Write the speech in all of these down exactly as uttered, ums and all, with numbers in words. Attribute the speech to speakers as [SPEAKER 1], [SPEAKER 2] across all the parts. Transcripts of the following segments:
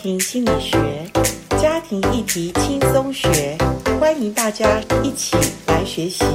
[SPEAKER 1] 庭心理学，家庭议题轻松学，欢迎大家一起来学习。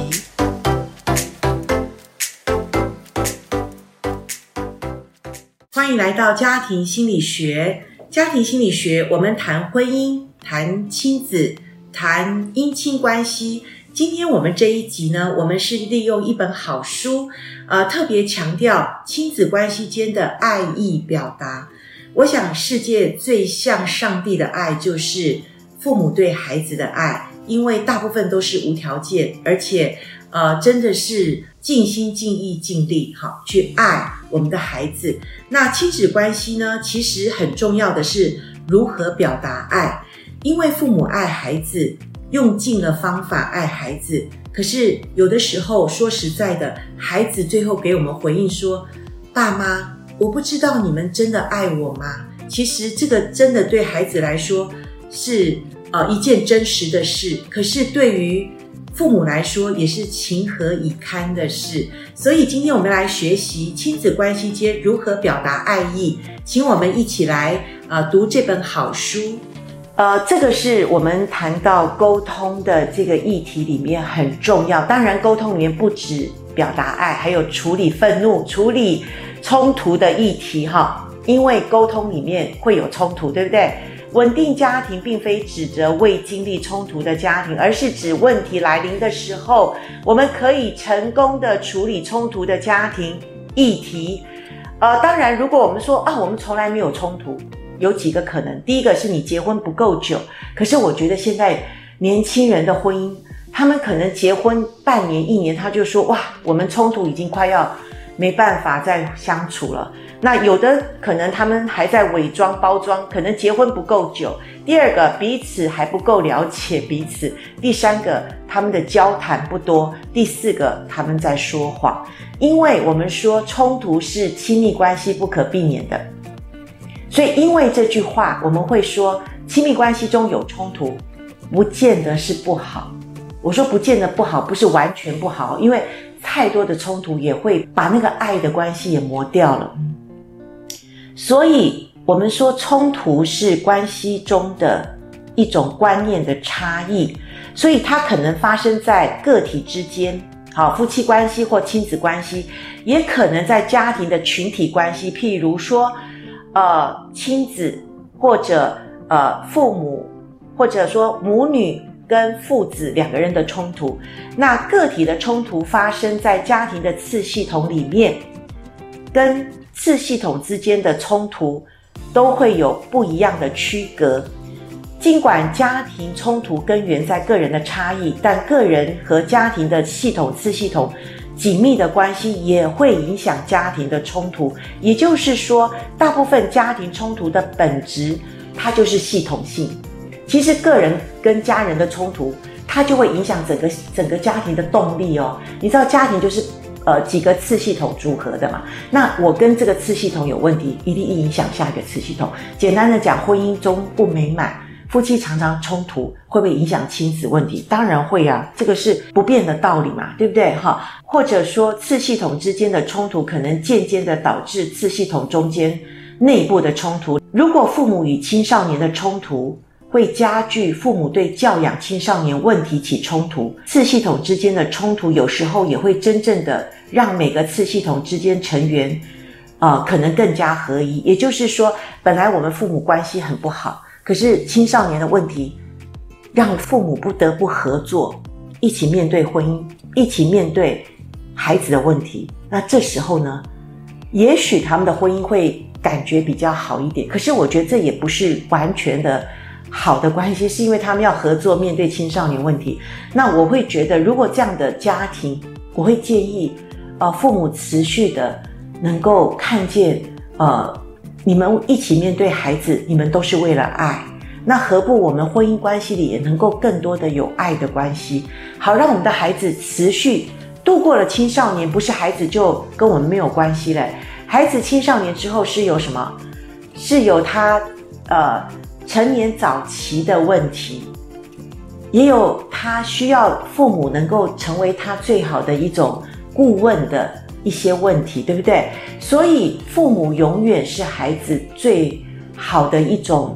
[SPEAKER 1] 欢迎来到家庭心理学。家庭心理学，我们谈婚姻，谈亲子，谈姻亲关系。今天我们这一集呢，我们是利用一本好书，呃，特别强调亲子关系间的爱意表达。我想世界最像上帝的爱就是父母对孩子的爱，因为大部分都是无条件，而且呃，真的是尽心尽意尽力好去爱我们的孩子。那亲子关系呢，其实很重要的是如何表达爱，因为父母爱孩子用尽了方法爱孩子，可是有的时候说实在的，孩子最后给我们回应说，爸妈，我不知道你们真的爱我吗？其实这个真的对孩子来说是呃一件真实的事，可是对于父母来说也是情何以堪的事。所以今天我们来学习亲子关系间如何表达爱意，请我们一起来呃读这本好书。呃，这个是我们谈到沟通的这个议题里面很重要。当然沟通里面不止表达爱，还有处理愤怒、处理冲突的议题哈。因为沟通里面会有冲突，对不对？稳定家庭并非指着未经历冲突的家庭，而是指问题来临的时候，我们可以成功的处理冲突的家庭议题。呃，当然如果我们说啊，我们从来没有冲突，有几个可能。第一个是你结婚不够久，可是我觉得现在年轻人的婚姻，他们可能结婚半年一年，他就说哇，我们冲突已经快要没办法再相处了。那有的可能他们还在伪装包装，可能结婚不够久。第二个，彼此还不够了解彼此。第三个，他们的交谈不多。第四个，他们在说谎。因为我们说冲突是亲密关系不可避免的，所以因为这句话，我们会说亲密关系中有冲突不见得是不好。我说不见得不好，不是完全不好，因为太多的冲突也会把那个爱的关系也磨掉了。所以我们说冲突是关系中的一种观念的差异，所以它可能发生在个体之间，好，夫妻关系或亲子关系，也可能在家庭的群体关系，譬如说呃亲子或者呃父母，或者说母女跟父子两个人的冲突。那个体的冲突发生在家庭的次系统里面，跟次系统之间的冲突都会有不一样的区隔。尽管家庭冲突根源在个人的差异，但个人和家庭的系统次系统紧密的关系也会影响家庭的冲突。也就是说，大部分家庭冲突的本质它就是系统性。其实个人跟家人的冲突，它就会影响整个整个家庭的动力哦。你知道家庭就是呃几个次系统组合的嘛？那我跟这个次系统有问题，一定影响下一个次系统。简单的讲，婚姻中不美满，夫妻常常冲突，会不会影响亲子问题？当然会啊，这个是不变的道理嘛，对不对哈？或者说次系统之间的冲突，可能渐渐的导致次系统中间内部的冲突。如果父母与青少年的冲突会加剧父母对教养青少年问题起冲突，次系统之间的冲突有时候也会真正的让每个次系统之间成员呃，可能更加合一。也就是说，本来我们父母关系很不好，可是青少年的问题让父母不得不合作，一起面对婚姻，一起面对孩子的问题。那这时候呢，也许他们的婚姻会感觉比较好一点，可是我觉得这也不是完全的好的关系，是因为他们要合作面对青少年问题。那我会觉得，如果这样的家庭，我会建议呃，父母持续的能够看见呃，你们一起面对孩子，你们都是为了爱。那何不我们婚姻关系里也能够更多的有爱的关系，好让我们的孩子持续度过了青少年，不是孩子就跟我们没有关系了。孩子青少年之后是有什么？是有他呃成年早期的问题，也有他需要父母能够成为他最好的一种顾问的一些问题，对不对？所以父母永远是孩子最好的一种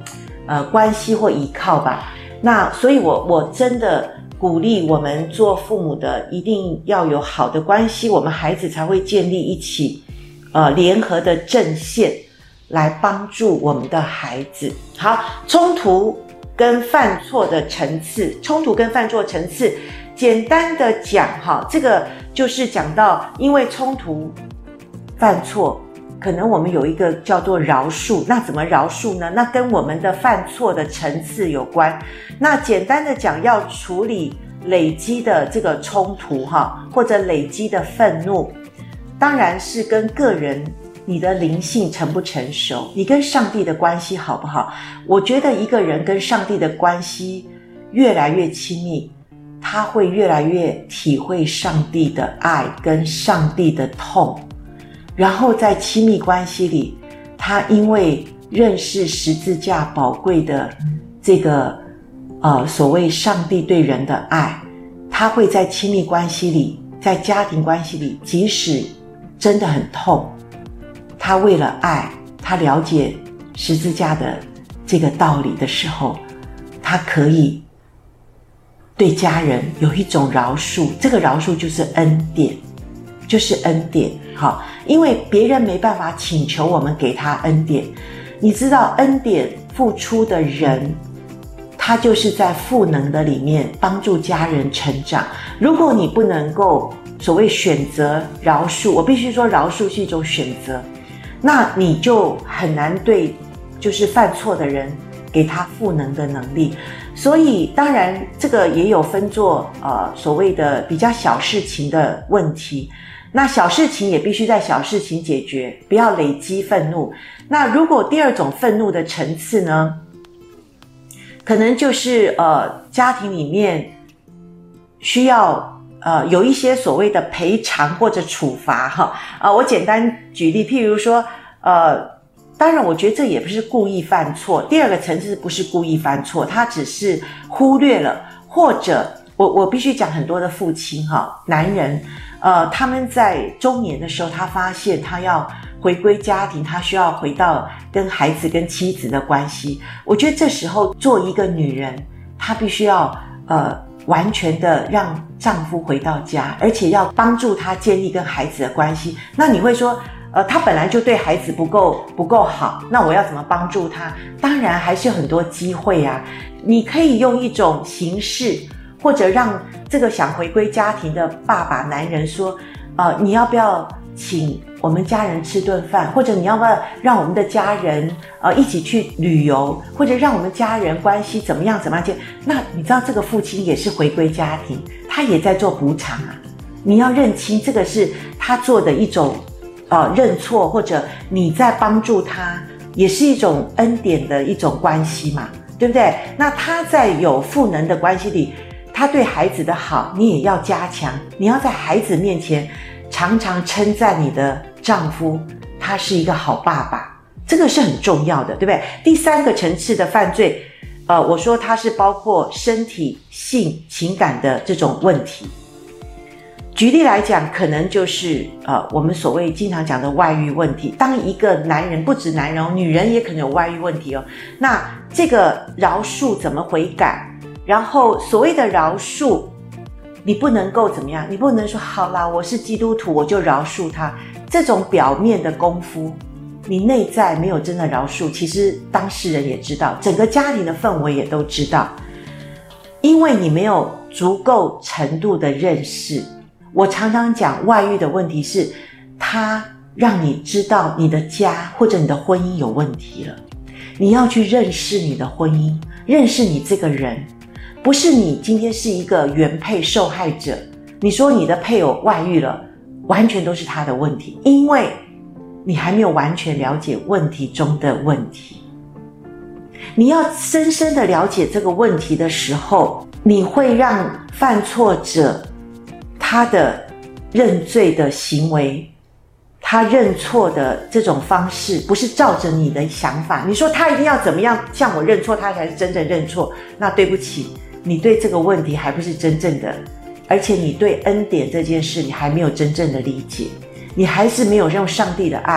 [SPEAKER 1] 呃关系或依靠吧。那所以我我真的鼓励我们做父母的一定要有好的关系，我们孩子才会建立一起呃联合的阵线来帮助我们的孩子。好，冲突跟犯错的层次，冲突跟犯错层次简单的讲哈，这个就是讲到因为冲突犯错，可能我们有一个叫做饶恕，那怎么饶恕呢？那跟我们的犯错的层次有关。那简单的讲，要处理累积的这个冲突哈，或者累积的愤怒，当然是跟个人你的灵性成不成熟，你跟上帝的关系好不好？我觉得一个人跟上帝的关系越来越亲密，他会越来越体会上帝的爱跟上帝的痛，然后在亲密关系里，他因为认识十字架宝贵的这个呃所谓上帝对人的爱，他会在亲密关系里，在家庭关系里，即使真的很痛，他为了爱，他了解十字架的这个道理的时候，他可以对家人有一种饶恕，这个饶恕就是恩典，就是恩典。好，因为别人没办法请求我们给他恩典，你知道恩典付出的人，他就是在赋能的里面帮助家人成长。如果你不能够所谓选择饶恕，我必须说饶恕是一种选择，那你就很难对就是犯错的人给他赋能的能力。所以当然这个也有分作呃所谓的比较小事情的问题，那小事情也必须在小事情解决，不要累积愤怒。那如果第二种愤怒的层次呢，可能就是呃家庭里面需要呃有一些所谓的赔偿或者处罚哈。呃我简单举例，譬如说呃当然我觉得这也不是故意犯错，第二个层次不是故意犯错，他只是忽略了，或者我我必须讲很多的父亲哈，男人呃他们在中年的时候，他发现他要回归家庭，他需要回到跟孩子跟妻子的关系。我觉得这时候做一个女人，她必须要呃完全的让丈夫回到家，而且要帮助他建立跟孩子的关系。那你会说呃，他本来就对孩子不够不够好，那我要怎么帮助他？当然还是有很多机会啊，你可以用一种形式，或者让这个想回归家庭的爸爸男人说呃，你要不要请我们家人吃顿饭，或者你要不要让我们的家人呃一起去旅游，或者让我们家人关系怎么样怎么样。那你知道这个父亲也是回归家庭，他也在做补偿啊。你要认清这个是他做的一种呃认错，或者你在帮助他，也是一种恩典的一种关系嘛，对不对？那他在有赋能的关系里，他对孩子的好你也要加强，你要在孩子面前常常称赞你的丈夫，他是一个好爸爸，这个是很重要的，对不对？第三个层次的犯罪呃，我说它是包括身体、性、情感的这种问题。举例来讲，可能就是呃，我们所谓经常讲的外遇问题。当一个男人，不止男人哦，女人也可能有外遇问题哦。那这个饶恕怎么悔改？然后所谓的饶恕，你不能够怎么样？你不能说好啦，我是基督徒，我就饶恕他。这种表面的功夫，你内在没有真的饶恕，其实当事人也知道，整个家庭的氛围也都知道，因为你没有足够程度的认识。我常常讲外遇的问题是，他让你知道你的家或者你的婚姻有问题了，你要去认识你的婚姻，认识你这个人，不是你今天是一个原配受害者，你说你的配偶外遇了，完全都是他的问题，因为你还没有完全了解问题中的问题。你要深深的了解这个问题的时候，你会让犯错者他的认罪的行为，他认错的这种方式不是照着你的想法，你说他一定要怎么样向我认错，他才是真正认错，那对不起，你对这个问题还不是真正的，而且你对恩典这件事你还没有真正的理解，你还是没有用上帝的爱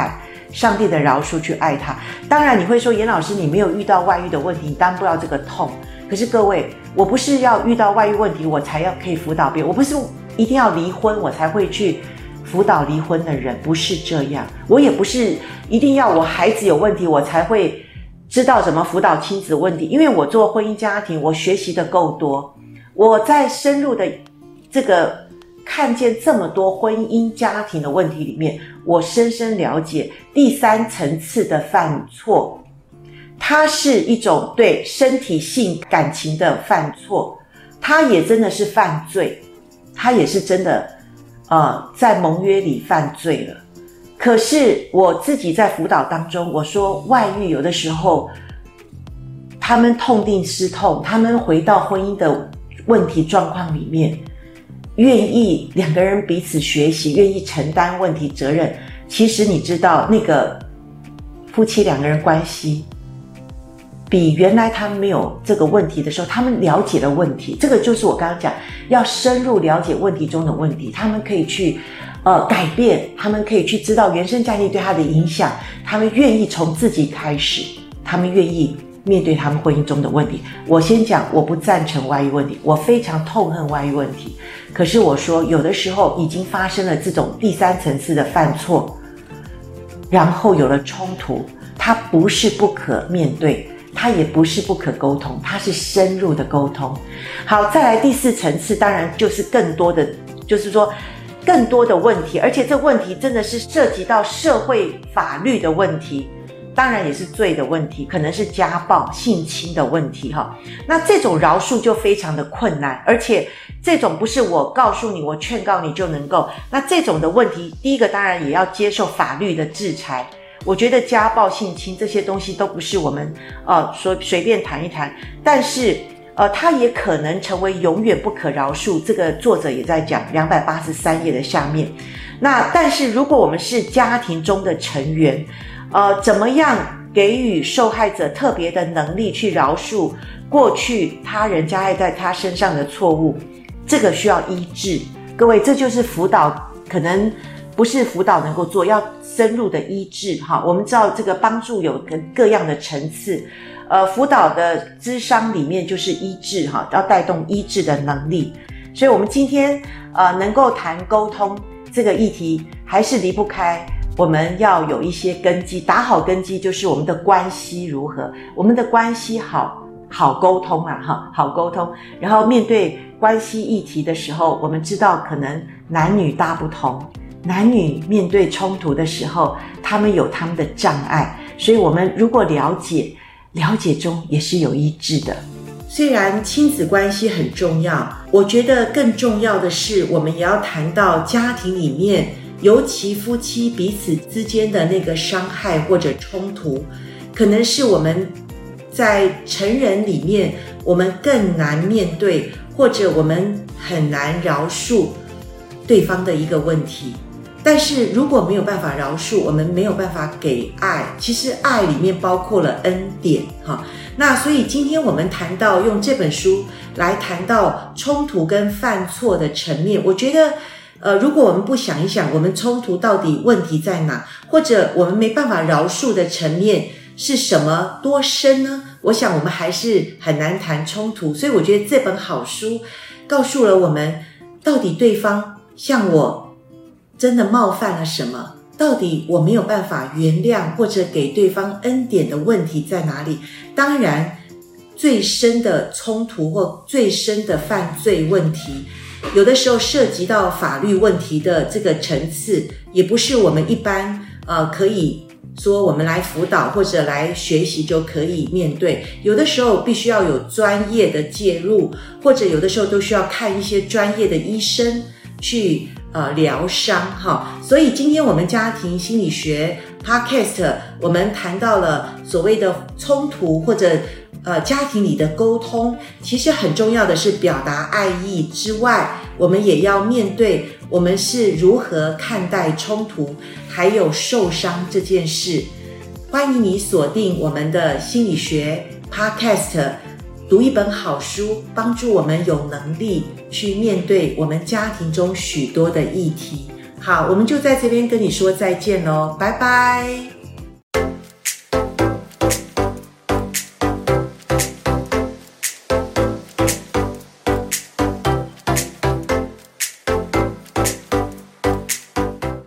[SPEAKER 1] 上帝的饶恕去爱他。当然你会说，严老师你没有遇到外遇的问题，你当然不知道这个痛。可是各位，我不是要遇到外遇问题我才要可以辅导别人，我不是一定要离婚我才会去辅导离婚的人，不是这样。我也不是一定要我孩子有问题我才会知道怎么辅导亲子问题，因为我做婚姻家庭我学习的够多，我在深入的这个看见这么多婚姻家庭的问题里面，我深深了解第三层次的犯错，它是一种对身体性感情的犯错，它也真的是犯罪，它也是真的呃，在盟约里犯罪了。可是我自己在辅导当中，我说外遇有的时候他们痛定思痛，他们回到婚姻的问题状况里面，愿意两个人彼此学习，愿意承担问题责任。其实你知道那个夫妻两个人关系比原来他们没有这个问题的时候，他们了解了问题，这个就是我刚刚讲要深入了解问题中的问题，他们可以去呃改变，他们可以去知道原生家庭对他的影响，他们愿意从自己开始，他们愿意面对他们婚姻中的问题。我先讲，我不赞成外遇问题，我非常痛恨外遇问题，可是我说有的时候已经发生了这种第三层次的犯错，然后有了冲突，它不是不可面对，它也不是不可沟通，它是深入的沟通。好，再来第四层次，当然就是更多的，就是说更多的问题，而且这问题真的是涉及到社会法律的问题，当然也是罪的问题，可能是家暴性侵的问题哈。那这种饶恕就非常的困难，而且这种不是我告诉你我劝告你就能够，那这种的问题，第一个当然也要接受法律的制裁。我觉得家暴性侵这些东西都不是我们呃说随便谈一谈，但是呃它也可能成为永远不可饶恕，这个作者也在讲两百八十三页的下面。那但是如果我们是家庭中的成员，呃怎么样给予受害者特别的能力去饶恕过去他人加害在他身上的错误，这个需要医治。各位，这就是辅导，可能不是辅导能够做，要深入的医治哈。我们知道这个帮助有各样的层次，呃，辅导的諮商里面就是医治哈，要带动医治的能力。所以我们今天呃能够谈沟通这个议题，还是离不开我们要有一些根基，打好根基就是我们的关系如何，我们的关系好好沟通啊哈，好沟通。然后面对关系议题的时候，我们知道可能男女大不同。男女面对冲突的时候，他们有他们的障碍，所以我们如果了解，了解中也是有医治的。虽然亲子关系很重要，我觉得更重要的是，我们也要谈到家庭里面，尤其夫妻彼此之间的那个伤害或者冲突，可能是我们在成人里面我们更难面对，或者我们很难饶恕对方的一个问题。但是如果没有办法饶恕，我们没有办法给爱，其实爱里面包括了恩典哈。那所以今天我们谈到用这本书来谈到冲突跟犯错的层面，我觉得呃，如果我们不想一想我们冲突到底问题在哪，或者我们没办法饶恕的层面是什么多深呢？我想我们还是很难谈冲突。所以我觉得这本好书告诉了我们，到底对方向我真的冒犯了什么，到底我没有办法原谅或者给对方恩典的问题在哪里。当然最深的冲突或最深的犯罪问题，有的时候涉及到法律问题的这个层次，也不是我们一般呃可以说我们来辅导或者来学习就可以面对，有的时候必须要有专业的介入，或者有的时候都需要看一些专业的医生去呃疗伤哈。所以今天我们家庭心理学 Podcast 我们谈到了所谓的冲突或者呃家庭里的沟通，其实很重要的是表达爱意之外，我们也要面对我们是如何看待冲突还有受伤这件事。欢迎你锁定我们的心理学 Podcast， 读一本好书，帮助我们有能力去面对我们家庭中许多的议题。好，我们就在这边跟你说再见咯，拜拜。